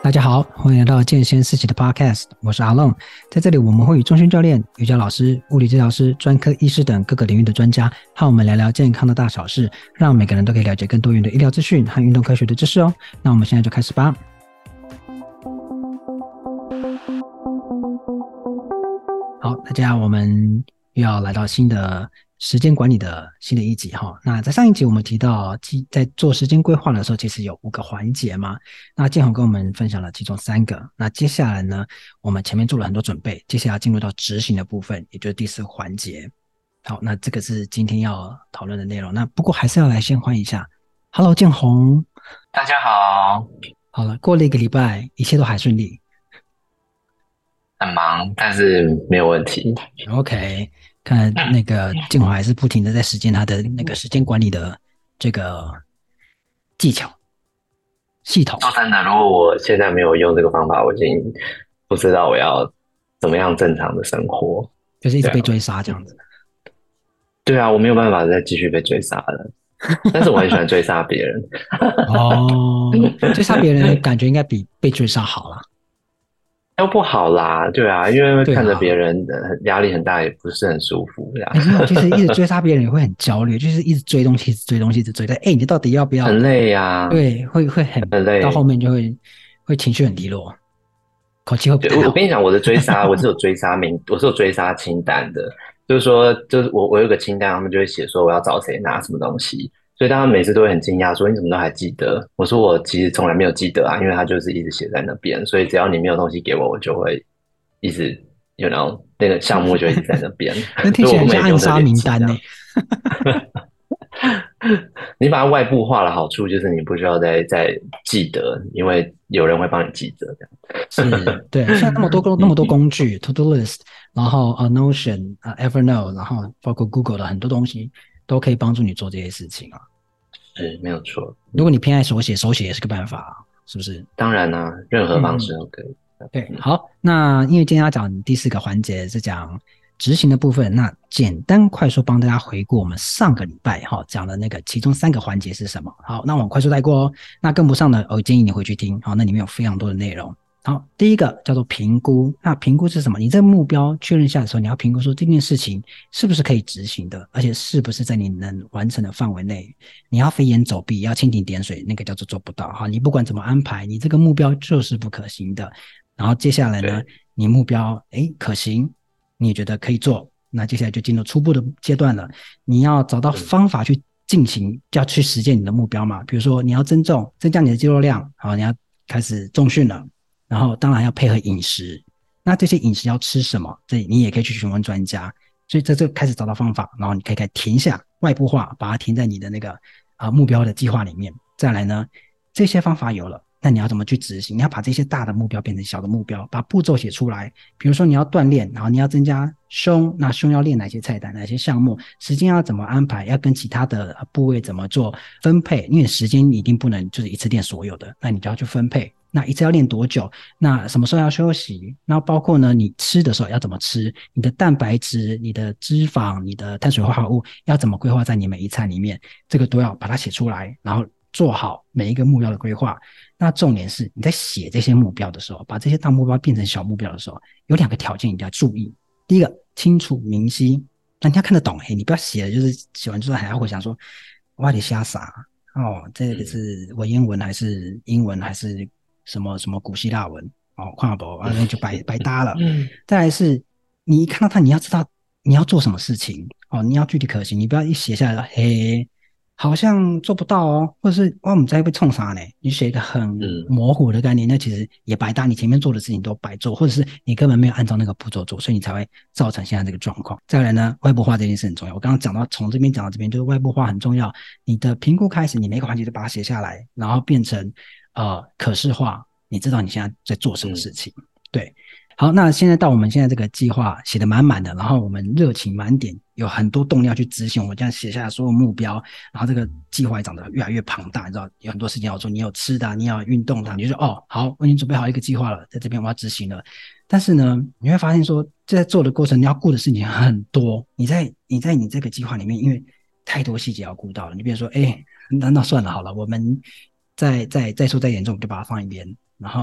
大家好，欢迎来到健先思齐的 Podcast， 我是阿long。在这里我们会与重训教练、瑜伽老师、物理治疗师、专科医师等各个领域的专家和我们聊聊健康的大小事，让每个人都可以了解更多元的医疗资讯和运动科学的知识哦。那我们现在就开始吧。好，大家我们又要来到新的时间管理的新的一集哈。那在上一集我们提到在做时间规划的时候其实有5个环节嘛，那建宏跟我们分享了其中3个。那接下来呢，我们前面做了很多准备，接下来进入到执行的部分，也就是第4个环节。好，那这个是今天要讨论的内容。那不过还是要来先欢迎一下 Hello 建宏。 大家好。 好了，过了1个礼拜一切都还顺利？ 很忙，但是没有问题。 OK， 看来那个建宏还是不停的在实践他的那个时间管理的这个技巧系统。 说真的，如果我现在没有用这个方法，我已经不知道我要怎么样正常的生活。 就是一直被追杀这样子。 对啊，我没有办法再继续被追杀了。但是我很喜欢追杀别人。 哦，追杀别人的感觉应该比被追杀好啦。 都不好啦，对啊，因为对啊， 看着别人的压力很大，也不是很舒服这样。 没有，其实一直追杀别人也会很焦虑，就是一直追东西，一直追东西，一直追的。你到底要不要？ 很累啊。 对，会很累， 到后面就会情绪很低落，口气会不太好。 我跟你讲，我的追杀，我是有追杀清单的，就是说，就是我有个清单，他们就会写说我要找谁拿什么东西，所以他们每次都会很惊讶，说你怎么都还记得？我说我其实从来没有记得啊，因为他就是一直写在那边，所以只要你没有东西给我，我就会一直那个项目就一直在那边。 那听起来像暗杀名单呢。 你把它外部化的好处就是你不需要再记得，因为有人会帮你记得这样。 是，对，现在那么多工具，To-Do List，然后Notion、Evernote， 然后包括 Google 的很多东西都可以帮助你做这些事情啊。 是没有错。 如果你偏爱手写，手写也是个办法，是不是？ 当然啦，任何方式都可以。 对，好，那因为今天要讲第4个环节是讲执行的部分，那简单快速帮大家回顾我们上个礼拜讲的那个其中3个环节是什么。好，那我快速带过哦。那跟不上的，我建议你回去听。好，那里面有非常多的内容。好，第一个叫做评估。那评估是什么？你这个目标确认下的时候，你要评估说这件事情是不是可以执行的，而且是不是在你能完成的范围内。你要飞檐走壁，要蜻蜓点水，那个叫做做不到。好，你不管怎么安排，你这个目标就是不可行的。然后接下来呢，你目标可行，你也觉得可以做，那接下来就进入初步的阶段了。你要找到方法去进行，要去实现你的目标嘛。比如说你要增加你的肌肉量，好，你要开始重训了，然后当然要配合饮食。那这些饮食要吃什么？这你也可以去询问专家。所以这开始找到方法，然后你可以填下外部化，把它填在你的那个目标的计划里面。再来呢，这些方法有了。那你要怎么去执行？你要把这些大的目标变成小的目标，把步骤写出来。比如说你要锻炼，然后你要增加胸，那胸要练哪些菜单、哪些项目，时间要怎么安排，要跟其他的部位怎么做分配，因为时间一定不能就是一次练所有的，那你就要去分配。那一次要练多久？那什么时候要休息？那包括呢，你吃的时候要怎么吃？你的蛋白质、你的脂肪、你的碳水化合物要怎么规划在你每一餐里面？这个都要把它写出来，然后做好每一个目标的规划。那重点是你在写这些目标的时候，把这些大目标变成小目标的时候，有2个条件一定要注意。第一个，清楚明晰，那你要看得懂。你不要写的就是写完之后还要会想说，哇，你瞎傻哦，这个是文言文还是英文还是什么什么古希腊文哦，看不懂，那就白搭了。再来是，你一看到它，你要知道你要做什么事情哦，你要具体可行，你不要一写下来，好像做不到哦，或者是我们在被冲啥呢？你写一个很模糊的概念，那其实也白搭，你前面做的事情都白做，或者是你根本没有按照那个步骤做，所以你才会造成现在这个状况。再来呢，外部化这件事很重要。我刚刚讲到，从这边讲到这边，就是外部化很重要。你的评估开始，你每个环节都把它写下来，然后变成可视化，你知道你现在在做什么事情。对。好，那现在到我们现在这个计划写得满满的，然后我们热情满点，有很多动力要去执行。我们这样写下来所有目标，然后这个计划也长得越来越庞大，你知道有很多事情要做，你有吃的，你要运动的，你就说哦，好，我已经准备好一个计划了，在这边我要执行了。但是呢，你会发现说，在做的过程你要顾的事情很多，你在你这个计划里面，因为太多细节要顾到了，你比如说，那算了好了，我们再说再严重，就把它放一边，然后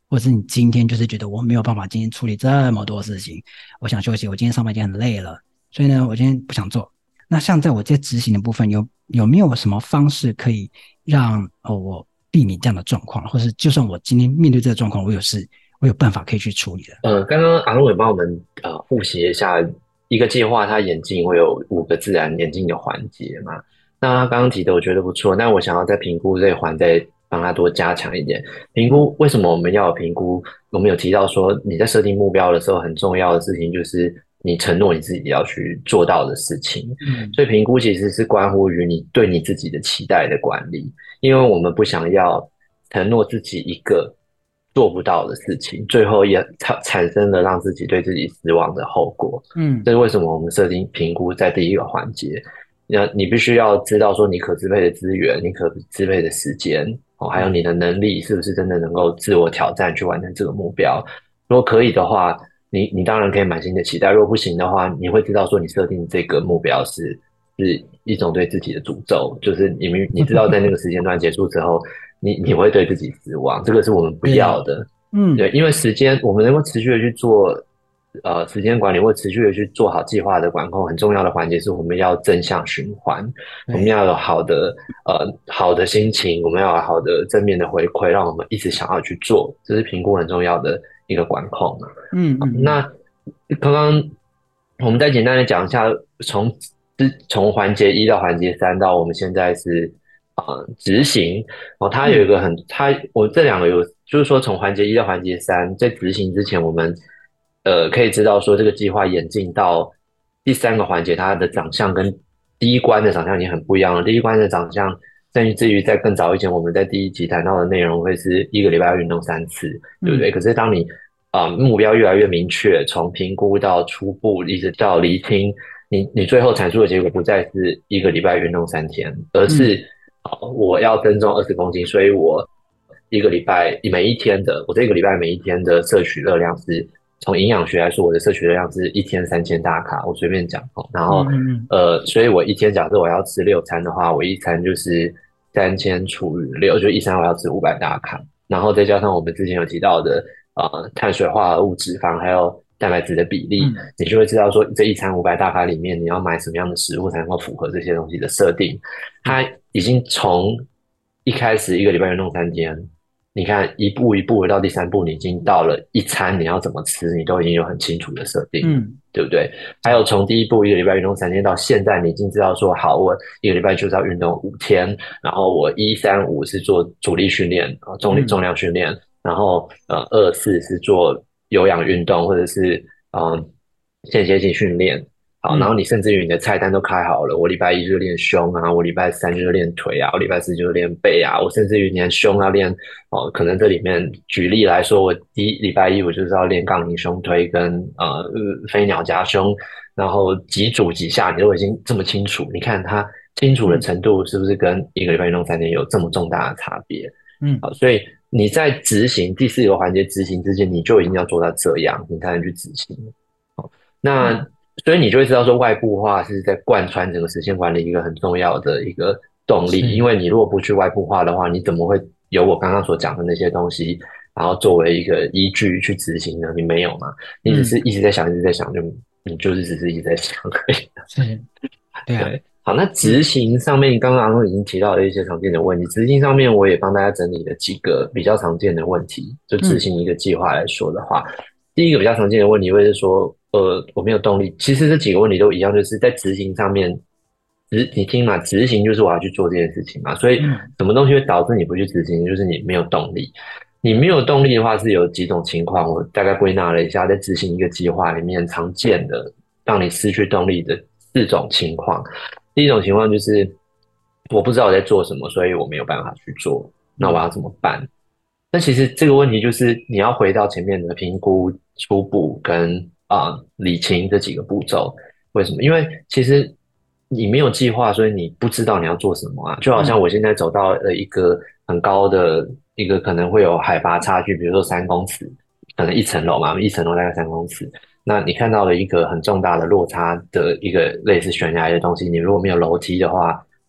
或者是你今天就是觉得我没有办法今天处理这么多事情，我想休息，我今天上班已经很累了，所以呢，我今天不想做。那像在我这执行的部分，有没有什么方式可以让我避免这样的状况，或是就算我今天面对这个状况，我有办法可以去处理的？ 刚刚阿龙也帮我们复习一下一个计划，它演进会有5个自然演进的环节嘛。那他刚刚提的我觉得不错，那我想要在评估这一环再帮他多加强一点。评估为什么我们要有评估？我们有提到说你在设定目标的时候，很重要的事情就是你承诺你自己要去做到的事情。 嗯， 所以评估其实是关乎于你对你自己的期待的管理，因为我们不想要承诺自己一个做不到的事情，最后也产生了让自己对自己失望的后果。 嗯， 这是为什么我们设定评估在第一个环节。那你必须要知道说你可支配的资源、你可支配的时间，还有你的能力是不是真的能够自我挑战去完成这个目标。如果可以的话，你当然可以满心的期待；如果不行的话，你会知道说你设定这个目标是一种对自己的诅咒，就是你知道在那个时间段结束之后，你会对自己失望，这个是我们不对， 要的。 嗯， 对，因为时间我们能够持续的去做时间管理，或持续的去做好计划的管控，很重要的环节是我们要正向循环，我们对， 要有好的心情，我们要有好的正面的回馈，让我们一直想要去做，这是评估很重要的一个管控。 嗯嗯嗯， 那刚刚我们再简单的讲一下，从环节1到环节3到我们现在是执行它有一嗯， 个我这两个就是说从环节1到环节3，在执行之前，我们可以知道说这个计划演进到第3个环节，它的长相跟第一关的长相已经很不一样了。第一关的长相，甚至于在更早以前，我们在第一集谈到的内容会是一个礼拜要运动3次，对不对？ 嗯， 可是当你目标越来越明确，从评估到初步，一直到厘清，你最后阐述的结果不再是一个礼拜运动3天，而是嗯， 我要增重20公斤，所以我一个礼拜每一天的，我这个礼拜每一天的摄取热量是，从营养学来说，我的摄取热量是一天3000大卡，我随便讲哦。然后嗯嗯嗯， 所以我一天假设我要吃6餐的话，我一餐就是3000除以6，就一餐我要吃500大卡，然后再加上我们之前有提到的碳水化合物、脂肪还有蛋白质的比例， 嗯， 你就会知道说这一餐500大卡里面你要买什么样的食物才能够符合这些东西的设定。它是， 已经从一开始一个礼拜运动3天，你看一步一步到第3步，你已经到了一餐你要怎么吃，你都已经有很清楚的设定了， 嗯， 对不对？还有从第一步一个礼拜运动3天到现在，你已经知道说好，我一个礼拜就是要运动5天，然后我1、3、5是做阻力训练啊，重嗯， 量训练，然后2、4是做有氧运动或者是间歇性训练。好，然后嗯， 你甚至于你的菜单都开好了，我礼拜1就练胸啊，我礼拜3就练腿啊，我礼拜4就练背啊，我甚至于连胸要练可能这里面举例来说，我礼拜一我就是要练杠铃胸推跟飞鸟夹胸，然后几组几下你都已经这么清楚，你看它清楚的嗯， 程度是不是跟一个礼拜运动3天有这么重大的差别？ 嗯， 好，所以你在执行第4个环节执行之前，你就一定要做到这样，你才能去执行。那嗯， 所以你就会知道说，外部化是在贯穿整个时间管理一个很重要的一个动力。因是， 为你如果不去外部化的话，你怎么会有我刚刚所讲的那些东西，然后作为一个依据去执行呢？你没有嘛？你只是嗯， 一直在想，一直在想，你就是只是一直在想而已。 是，对啊， 对，好，那嗯， 执行上面刚刚已经提到了一些常见的问题，执行上面我也帮大家整理了几个比较常见的问题。就执嗯， 行一个计划来说的话，第一个比较常见的问题会是说，我没有动力。其实这几个问题都一样，就是在执行上面，你听嘛，执行就是我要去做这件事情嘛，所以嗯， 什么东西会导致你不去执行，就是你没有动力。你没有动力的话，是有几种情况，我大概归纳了一下，在执行一个计划里面常见的让你失去动力的4种情况。第一种情况就是我不知道我在做什么，所以我没有办法去做，那我嗯， 要怎么办？那其实这个问题就是你要回到前面的评估、初步跟理清这几个步骤。为什么？因为其实你没有计划，所以你不知道你要做什么啊。就好像嗯， 我现在走到了一个很高的一个可能会有海拔差距，比如说3公尺，可能一层楼嘛，一层楼大概3公尺。那你看到了一个很重大的落差的一个类似悬崖的东西，你如果没有楼梯的话，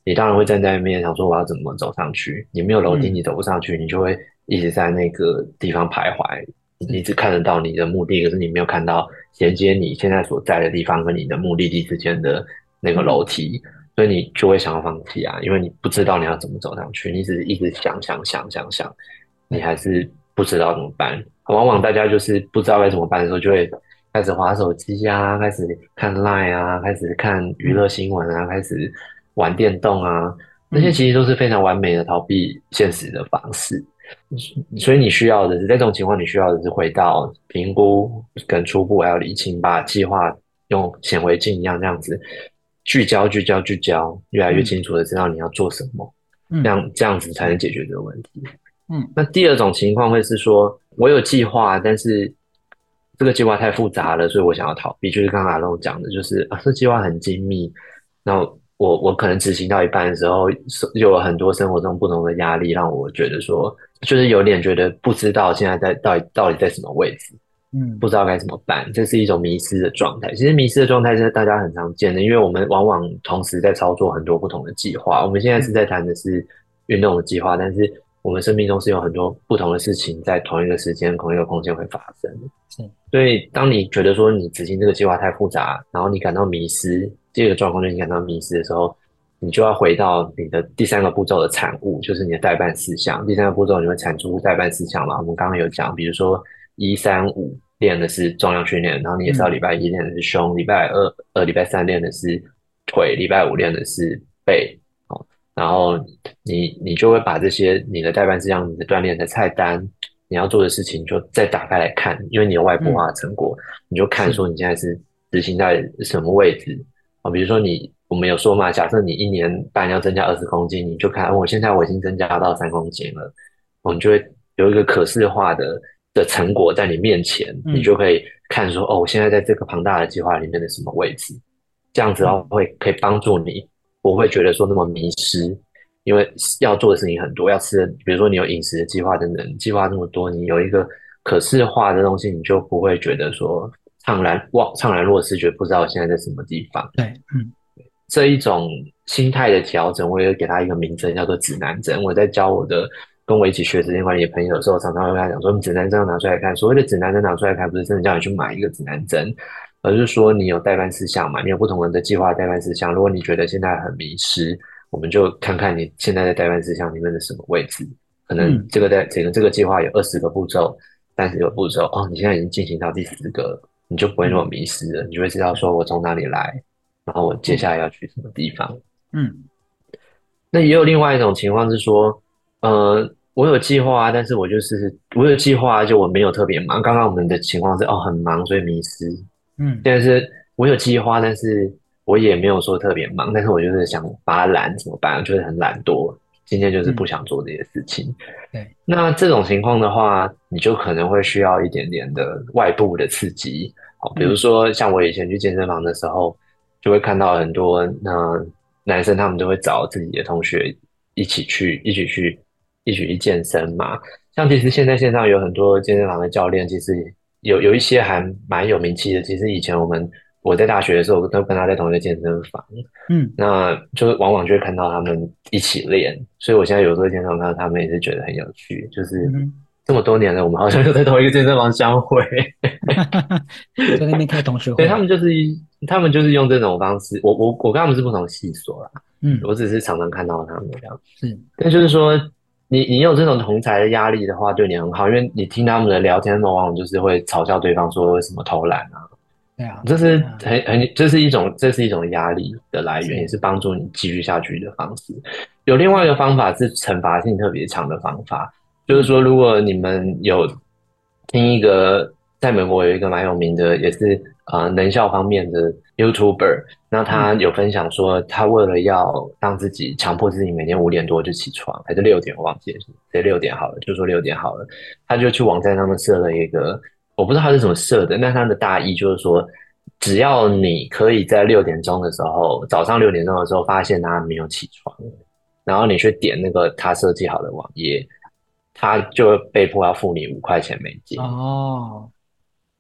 你当然会站在那边想说我要怎么走上去。你没有楼梯，你嗯， 走不上去，你就会一直在那个地方徘徊。你是， 只看得到你的目的，可是你没有看到衔接你现在所在的地方跟你的目的地之间的那个楼嗯， 梯，所以你就会想要放弃啊，因为你不知道你要怎么走上去，你只是一直想，你对， 还是不知道怎么办。往往大家就是不知道该怎么办的时候，就会开始滑手机啊，开始看 Line 啊，开始看娱乐嗯新闻啊，开始玩电动啊，那些嗯， 其实都是非常完美的逃避现实的方式。所以你需要的是，在这种情况，你需要的是回到评估跟初步还有理清，把计划用显微镜一样这样子聚焦，越来越嗯清楚的知道你要做什么， 嗯， 这样子才能是， 解决这个问题。 嗯那第二种情况会是说，我有计划，但是这个计划太复杂了，所以我想要逃避。就是刚刚阿龙讲的，就是啊，这计划很精密，那我可能执行到一半的时候，就有很多生活中不同的压力，让我觉得说，就是有点觉得不知道现在到底在什么位置，不嗯知道该怎么办，这是一种迷失的状态。其实迷失的状态是大家很常见的，因为我们往往同时在操作很多不同的计划。我们现在是嗯， 在谈的是运动的计划，但是我们生命中是有很多不同的事情在同一个时间、同一个空间会发生。 是， 所以，当你觉得说你执行这个计划太复杂，然后你感到迷失，这个状况就你感到迷失的时候，你就要回到你的第三个步骤的产物，就是你的代办事项。第三个步骤你会产出代办事项嘛？我们刚刚有讲，比如说1、3、5练的是重量训练，然后你也知道礼嗯拜一练的是胸，礼拜三练的是腿，礼拜五练的是背。哦，然后你就会把这些你的代办事项、你的锻炼的菜单、你要做的事情，就再打开来看，因为你有外部化嗯， 的成果，你就看是， 说你现在是执行在什么位置啊？比如说我们有说嘛，假设你1年半要增加20公斤，你就看，我现在我已经增加到3公斤了，我们就会有一个可视化的成果在你面前，你就嗯可以看说，哦，我现在在这个庞大的计划里面的什么位置，这样子的话嗯可以帮助你，不会觉得说那么迷失，因为要做的事情很多，要吃的，比如说你有饮食的计划等等，计划这么多，你有一个可视化的东西，你就不会觉得说怅然若失，觉得不知道现在在什么地方。 对，嗯这一种心态的调整，我也给他一个名称，叫做指南针。我在教跟我一起学时间管理的朋友的时候，常常会跟他讲说，你指南针要拿出来看。所谓的指南针拿出来看，不是真的叫你去买一个指南针，而是说你有代办事项嘛，你有不同人的计划代办事项。如果你觉得现在很迷失，我们就看看你现在在代办事项里面的什么位置。可能嗯这个计划有20个步骤、30个步骤，哦，你现在已经进行到第10个，你就不会那么嗯， 迷失了，你就会知道对， 说我从哪里来，然后我接下嗯来要去什么地方。 嗯那也有另外一种情况是说，我有计划啊，但是我有计划啊，就我没有特别忙。刚刚我们的情况是哦很忙，所以迷失。 嗯， 现在是我有计划，但是我也没有说特别忙，但是我就是想把它懒怎么办？就是很懒惰，今天就是不嗯， 想做这些事情。 对， 那这种情况的话，你就可能会需要一点点的外部的刺激。好，比如嗯说像我以前去健身房的时候，就会看到很多男生他们都会找自己的同学一起去，一起去健身嘛。像其实现在线上有很多健身房的教练，其实有一些还蛮有名气的。其实以前我在大学的时候都跟他在同一个健身房， 嗯那就往往就会看到他们一起练，所以我现在有时候健身房看到他们也是觉得很有趣，就是嗯， 这么多年了，我们好像又在同一个健身房相会。 在那边开同学对， 会， 他们就是用这种方式，我跟他们是不同系所啦， 嗯我只是常常看到他们这样。 是， 但就是说，你有这种同才的压力的话，对你很好，因为你听他们的聊天，往往就是会嘲笑对方说为什么偷懒啊， 对啊， 这是啊这是一种压力的来源，也是， 是帮助你继续下去的方式。有另外一个方法是惩罚性特别强的方法，就是嗯说，如果你们有听一个在美国有一个蛮有名的，也是能效方面的 YouTuber，那他嗯有分享说，他为了要让自己强迫自己每天5点多就起床，还是6点，我忘记了，谁6点好了，就说6点好了，他就去网站上面设了一个，我不知道他是怎么设的，那他的大意就是说，只要你可以在六点钟的时候，早上6点钟的时候发现他没有起床，然后你去点那个他设计好的网页，他就会被迫要付你5块钱美金。 哦，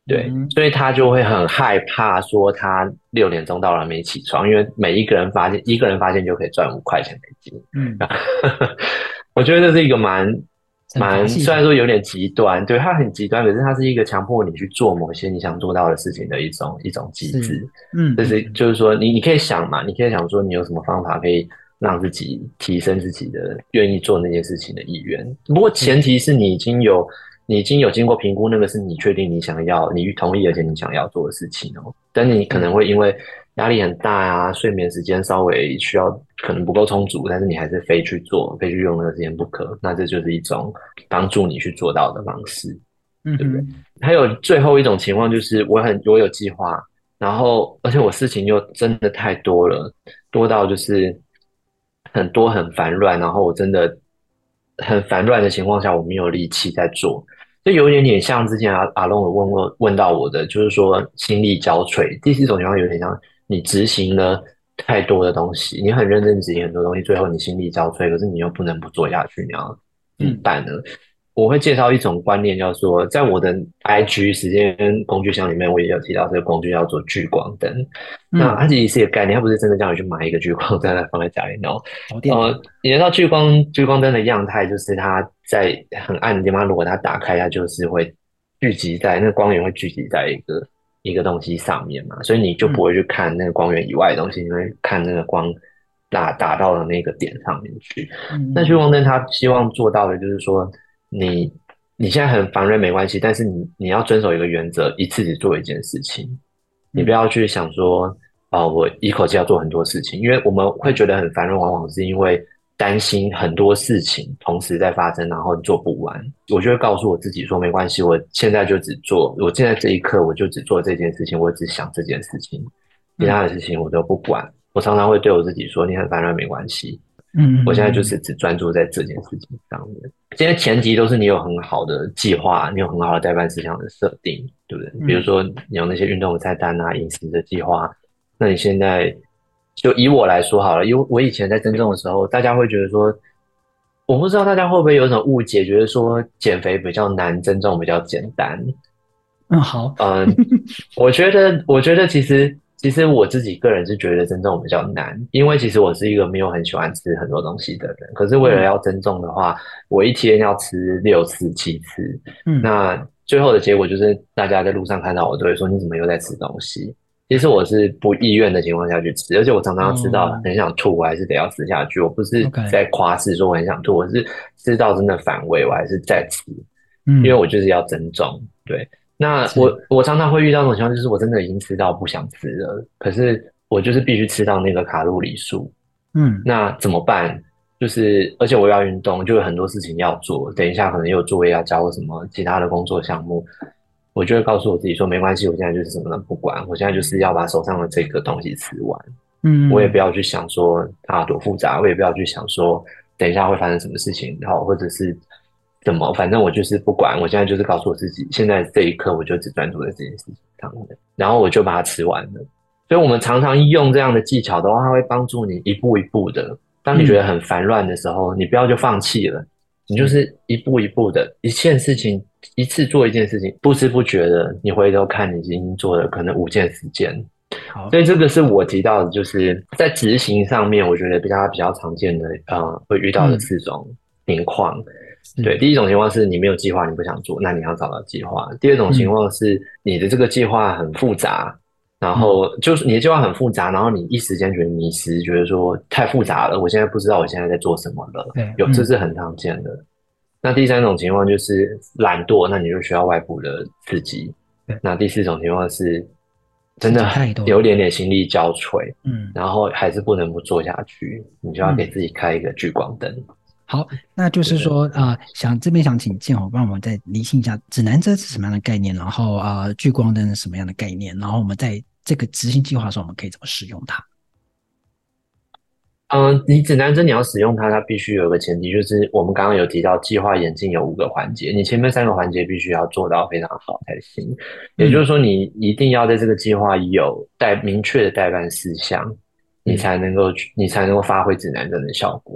对， 嗯所以他就会很害怕说他6点钟到了没起床，因为每一个人发现就可以赚5块钱美金。 嗯， 我觉得这是一个惩罚系统， 虽然说有点极端，对，它很极端，可是它是一个强迫你去做某些你想做到的事情的一种机是， 制。就是说你可以想嘛，你可以想说你有什么方法可以让自己提升自己的愿意做那件事情的意愿。不过前是， 提是你已经有经过评估，那个是你确定你想要，你同意而且你想要做的事情哦。但你可能是， 会因为压力很大啊，睡眠时间稍微需要可能不够充足，但是你还是非去做，非去用那个时间不可。那这就是一种帮助你去做到的方式，对不对？ 嗯哼， 还有最后一种情况就是我有计划，然后而且我事情又真的太多了，多到就是很多很烦乱，然后我真的很烦乱的情况下，我没有力气在做，就有一点点像之前阿龙有问到我的，就是说心力交瘁。第四种情况有点像你执行了太多的东西，你很认真执行很多东西，最后你心力交瘁，可是你又不能不做下去，你要怎么嗯办呢？我会介绍一种观念，叫做在我的 IG 时间工具箱里面，我也有提到这个工具叫做聚光灯。那它嗯， 其实是一个概念，它不是真的叫你去买一个聚光灯来放在家里弄。 导电头， 你知道聚光灯的样态，就是它在很暗的地方，如果它打开，它就是会聚集在那个光源会聚集在一个东西上面嘛，所以你就不嗯会去看那个光源以外的东西，你会看那个光打到的那个点上面去。那聚嗯光灯它希望做到的就是说，你你现在很烦人没关系，但是你要遵守一个原则，一次只做一件事情，你不嗯要去想说，我一口气要做很多事情，因为我们会觉得很烦人，往往是因为担心很多事情同时在发生，然后做不完。我就会告诉我自己说，没关系，我现在就只做，我现在这一刻我就只做这件事情，我只想这件事情，其他嗯的事情我都不管。我常常会对我自己说，你很烦人没关系， 嗯我现在就嗯是只专注在这件事情上面。这些前提都是你有很好的计划，你有很好的代办事项的设定，对不对？比如嗯说你有那些运动的菜单啊、饮食的计划，那你现在就以我来说好了，因为我以前在增重的时候，大家会觉得说，我不知道大家会不会有一种误解，觉得说减肥比较难，增重比较简单。 嗯，好， 嗯，我觉得其实我自己个人是觉得增重比较难，因为其实我是一个没有很喜欢吃很多东西的人。可是为了嗯要增重的话，我一天要吃6次、7次， 嗯那最后的结果就是大家在路上看到我都会说你怎么又在吃东西？其实我是不意愿的情况下去吃，而且我常常吃到哦很想吐，我还是得要吃下去。我不是 ，OK， 在夸饰说我很想吐，我是吃到真的反胃，我还是在吃，因为嗯我就是要增重。对，那是， 我常常会遇到这种情况，就是我真的已经吃到不想吃了，可是我就是必须吃到那个卡路里数， 嗯那怎么办？就是而且我要运动，就有很多事情要做，等一下可能又有作业要交或什么其他的工作项目，我就会告诉我自己说，没关系，我现在就是什么都不管，我现在就是要把手上的这个东西吃完，我也不嗯要去想说它多复杂，我也不要去想说等一下会发生什么事情，然后或者是怎么，反正我就是不管，我现在就是告诉我自己，现在这一刻我就只专注在这件事情上面，然后我就把它吃完了。所以，我们常常用这样的技巧的话，它会帮助你一步一步的。当你觉得嗯很烦乱的时候，你不要就放弃了，你就是， 是一步一步的，一件事情一次做一件事情，不知不觉的，你回头看，你已经做了可能5件10件。 好， 所以这个是我提到的，就是在执行上面，我觉得比较常见的，会遇到的嗯 4种情况。对， 是， 第一种情况是你没有计划，你不想做，那你要找到计划。第二种情嗯况是你的这个计划很复杂，然嗯后就是你的计划很复杂，然后你一时间觉得迷失，觉得说太复杂了，我现在不知道我现在在做什么了。 对， 这是很常见的。那第三种情况就是懒惰，那你就需要外部的刺激。 对， 那第四种情况是真事的情太多了， 有点点心力交瘁， 嗯。 然后还是不能不做下去，你就要给嗯， 自己开一个聚光灯。 好，那就是对， 说这边想请建宏帮我们再厘清一下指南针是什么样的概念，然后聚光灯是什么样的概念，然后我们在这个执行计划的时候，我们可以怎么使用它？ 你指南针你要使用它，它必须有一个前提，就是我们刚刚有提到计划演进有5个环节，你前面3个环节必须要做到非常好才行。也就是嗯， 说，你一定要在这个计划有明确的代办事项， 是， 你才能够发挥指南针的效果。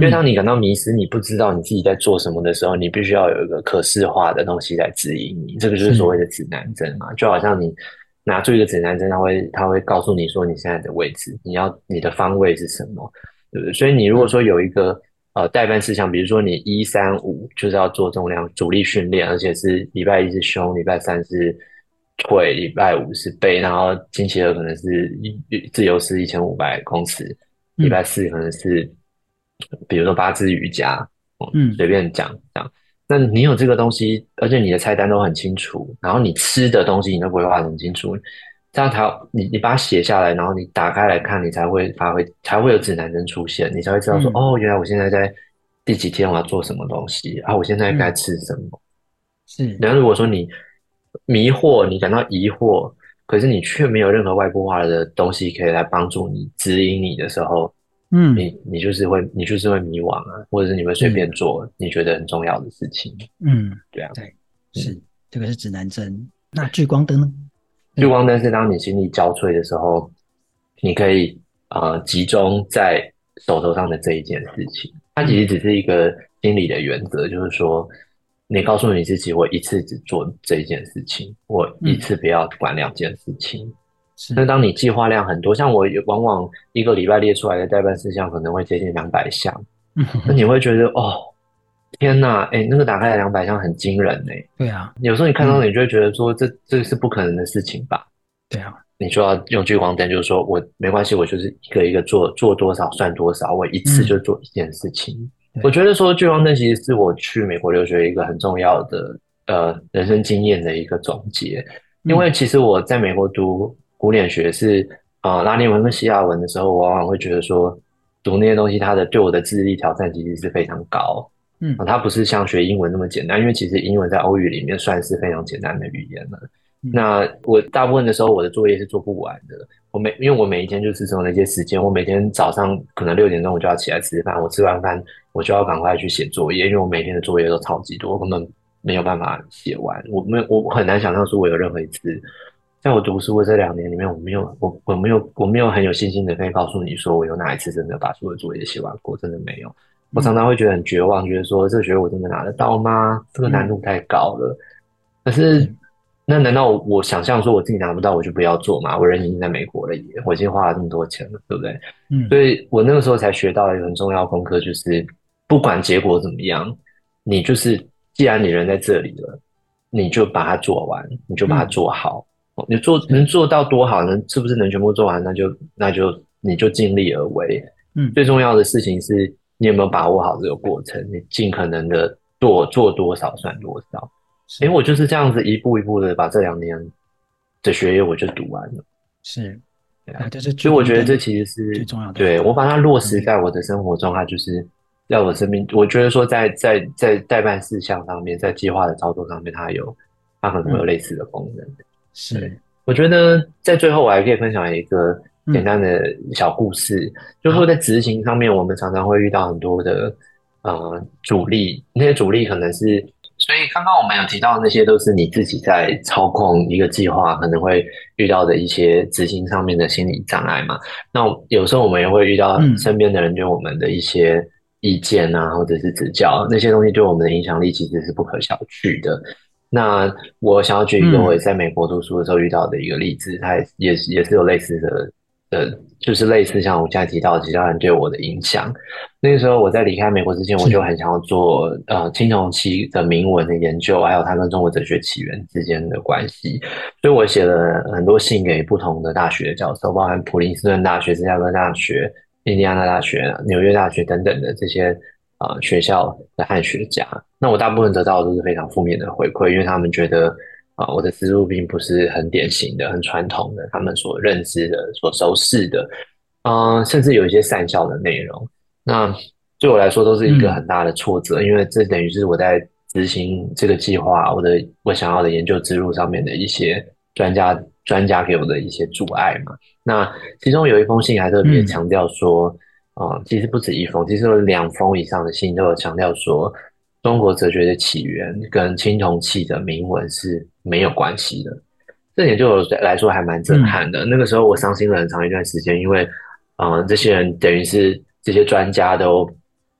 因为当你感到迷失，你不知道你自己在做什么的时候，你必须要有一个可视化的东西来指引你。这个就是所谓的指南针嘛，就好像你拿出一个指南针，它会告诉你说你现在的位置，你的方位是什么，对不对？所以你如果说有一个代办事项，比如说你1、3、5就是要做重量阻力训练，而且是礼拜一是胸，礼拜三是腿，礼拜五是背，然后星期二可能是自由式1500公尺，礼拜四可能是比如说8支瑜伽，随便讲讲。那你有这个东西，而且你的菜单都很清楚，然后你吃的东西你都规划得很清楚，这样你把它写下来，然后你打开来看，你才会发挥，才会有指南针出现，你才会知道说，哦，原来我现在在第几天我要做什么东西，啊，我现在该吃什么。 是。 然后如果说你迷惑，你感到疑惑，可是你却没有任何外部化的东西可以来帮助你指引你的时候，你就是会迷惘啊，或者是你会随便做你觉得很重要的事情。对啊， 对，是这个是指南针。那聚光灯呢？ 聚光灯是当你心力交瘁的时候，你可以集中在手头上的这一件事情。它其实只是一个心理的原则，就是说，你告诉你自己，我一次只做这一件事情，我一次不要管2件事情。那当你计划量很多，像我往往一个礼拜列出来的代办事项可能会接近200项，那你会觉得哦，天哪，那个打开来200项很惊人哎。 对啊， 有时候你看到你就会觉得说，这是不可能的事情吧？ 对啊， 你就要用聚光灯，就是说我没关系，我就是一个一个做多少算多少，我一次就做一件事情。我觉得说聚光灯其实是我去美国留学一个很重要的人生经验的一个总结，因为其实我在美国读古典学是拉丁文跟希腊文的时候，我往往会觉得说读那些东西，它对我的智力挑战其实是非常高。它不是像学英文那么简单，因为其实英文在欧语里面算是非常简单的语言了。那我大部分的时候，我的作业是做不完的。因为我每一天就是只有那些时间，我每天早上可能6点钟我就要起来吃饭，我吃完饭我就要赶快去写作业，因为我每天的作业都超级多，我根本没有办法写完。我很难想象说我有任何一次，在我读书的这2年里面，我没有很有信心的可以告诉你说我有哪一次真的把所有作业写完过，真的没有。我常常会觉得很绝望，觉得说这个学位我真的拿得到吗？这个难度太高了。可是，那难道我想象说我自己拿不到，我就不要做吗？我人已经在美国了耶，我已经花了这么多钱了，对不对？所以我那个时候才学到一个很重要的功课，就是不管结果怎么样，你就是既然你人在这里了，你就把它做完，你就把它做好。你能做到多好，是不是能全部做完？你就尽力而为。最重要的事情是你有没有把握好这个过程，你尽可能的做多少算多少。我就是这样子一步一步的把这2年的学业我就读完了。 是， 所以我觉得这其实是最重要的。 对，我把它落实在我的生活中，它就是在我生命。我觉得说在代办事项上面，在计划的操作上面，它可能会有类似的功能。 是， 我觉得在最后我还可以分享一个简单的小故事，就是说在执行上面，我们常常会遇到很多的阻力，那些阻力可能是，所以刚刚我们有提到的那些都是你自己在操控一个计划可能会遇到的一些执行上面的心理障碍嘛。那有时候我们也会遇到身边的人对我们的一些意见啊，或者是指教，那些东西对我们的影响力其实是不可小觑的。那我想要举一个我也在美国读书的时候遇到的一个例子，它也是有类似的，就是类似像我现在提到的其他人对我的影响。那个时候我在离开美国之前，我就很想要做青铜器的铭文的研究，还有它跟中国哲学起源之间的关系。所以我写了很多信给不同的大学教授，包含普林斯顿大学、芝加哥大学、印第安纳大学、纽约大学等等的这些学校的汉学家。那我大部分得到的都是非常负面的回馈，因为他们觉得我的思路并不是很典型的、很传统的，他们所认知的、所熟悉的，甚至有一些善笑的内容。那对我来说都是一个很大的挫折，因为这等于是我在执行这个计划，我想要的研究之路上面的一些专家给我的一些阻碍嘛。那其中有一封信还特别强调说，其实不止一封，其实有2封以上的信都有强调说，中国哲学的起源跟青铜器的铭文是没有关系的。这点对我来说还蛮震撼的。那个时候我伤心了很长一段时间，因为这些人等于是这些专家都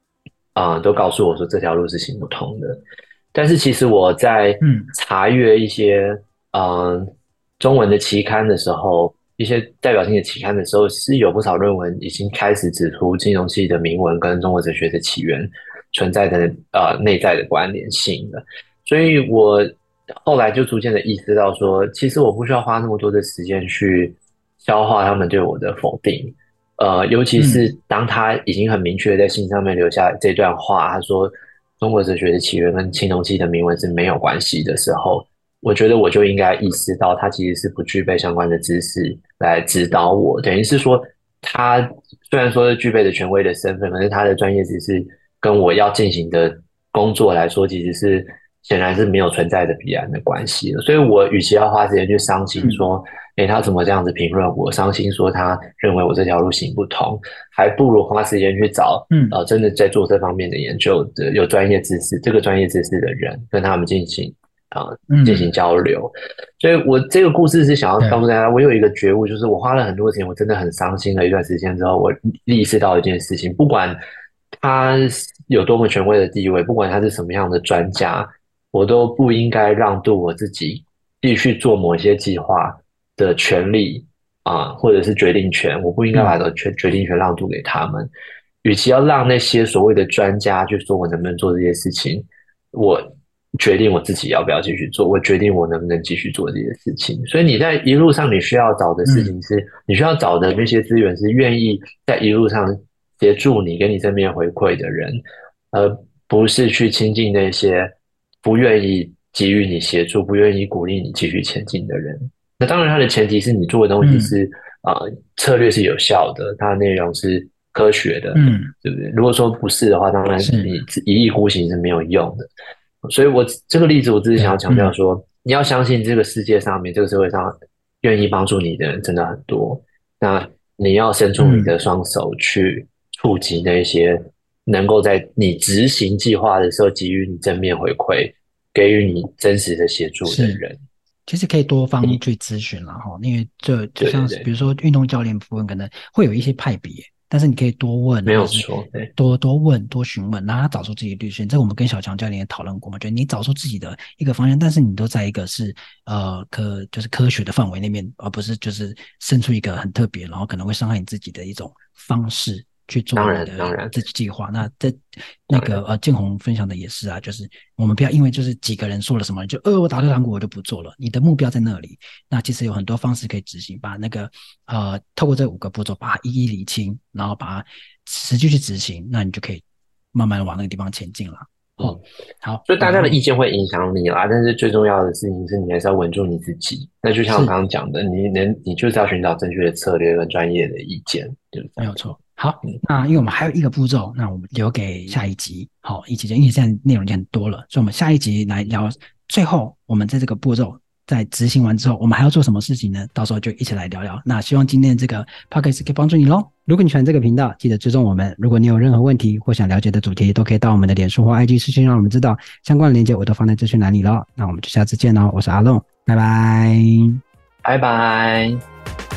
都告诉我说这条路是行不通的。但是其实我在查阅一些中文的期刊的时候，一些代表性的期刊的时候，是有不少论文已经开始指出金融系的铭文跟中国哲学的起源存在的内在的关联性的。所以我后来就逐渐的意识到说，其实我不需要花那么多的时间去消化他们对我的否定。尤其是当他已经很明确的在信上面留下这段话，他说中国哲学的起源跟青铜器的铭文是没有关系的时候，我觉得我就应该意识到他其实是不具备相关的知识来指导我，等于是说他虽然说是具备的权威的身份，可是他的专业知识跟我要进行的工作来说，其实是显然是没有存在的必然的关系了。所以我与其要花时间去伤心说，他怎么这样子评论我，伤心说他认为我这条路行不通，还不如花时间去找真的在做这方面的研究的有专业知识这个专业知识的人，跟他们进行交流。所以我这个故事是想要告诉大家，我有一个觉悟，就是我花了很多钱，我真的很伤心了一段时间之后，我意识到一件事情，不管他有多么权威的地位，不管他是什么样的专家，我都不应该让渡我自己继续做某些计划的权利或者是决定权，我不应该把决定权让渡给他们。与其要让那些所谓的专家去说我能不能做这些事情，我决定我自己要不要继续做，我决定我能不能继续做这些事情。所以你在一路上你需要找的事情是，你需要找的那些资源是愿意在一路上协助你，给你正面回馈的人，而不是去亲近那些不愿意给予你协助、不愿意鼓励你继续前进的人。那当然，它的前提是你做的东西是策略是有效的，它的内容是科学的，对不对？如果说不是的话，当然你一意孤行是没有用的。所以我这个例子，我只是想要强调说，你要相信这个世界上面、这个社会上愿意帮助你的人真的很多。那你要伸出你的双手去触及那些能够在你执行计划的时候给予你正面回馈、给予你真实的协助的人。 其实可以多方去咨询啦齁，因为这就像是比如说运动教练部分可能会有一些派别，但是你可以多问， 没有错， 多问多询问，让他找出自己的路线。这个我们跟小强教练也讨论过嘛，就你找出自己的一个方向，但是你都在一个是就是科学的范围那边，而不是就是生出一个很特别，然后可能会伤害你自己的一种方式去做你的自己计划。那个建宏分享的也是啊，就是我们不要因为就是几个人说了什么，就我打退堂鼓我就不做了。你的目标在那里，那其实有很多方式可以执行，把那个透过这5个步骤把它一一理清，然后把它实际去执行，那你就可以慢慢往那个地方前进了。好， 所以大家的意见会影响你啦，但是最重要的事情是你还是要稳住你自己。那就像我刚刚讲的，你就是要寻找正确的策略跟专业的意见，对不对？ 没有错。好，那因为我们还有一个步骤，那我们留给下一集。好，一集因为现在内容已经很多了，所以我们下一集来聊。最后，我们在这个步骤在执行完之后，我们还要做什么事情呢？到时候就一起来聊聊。那希望今天这个 podcast 可以帮助你咯。如果你喜欢这个频道，记得追踪我们。如果你有任何问题或想了解的主题，都可以到我们的脸书或 IG 私讯让我们知道。相关的链接我都放在资讯栏里了。那我们就下次见咯。我是阿龙，拜拜， 拜拜。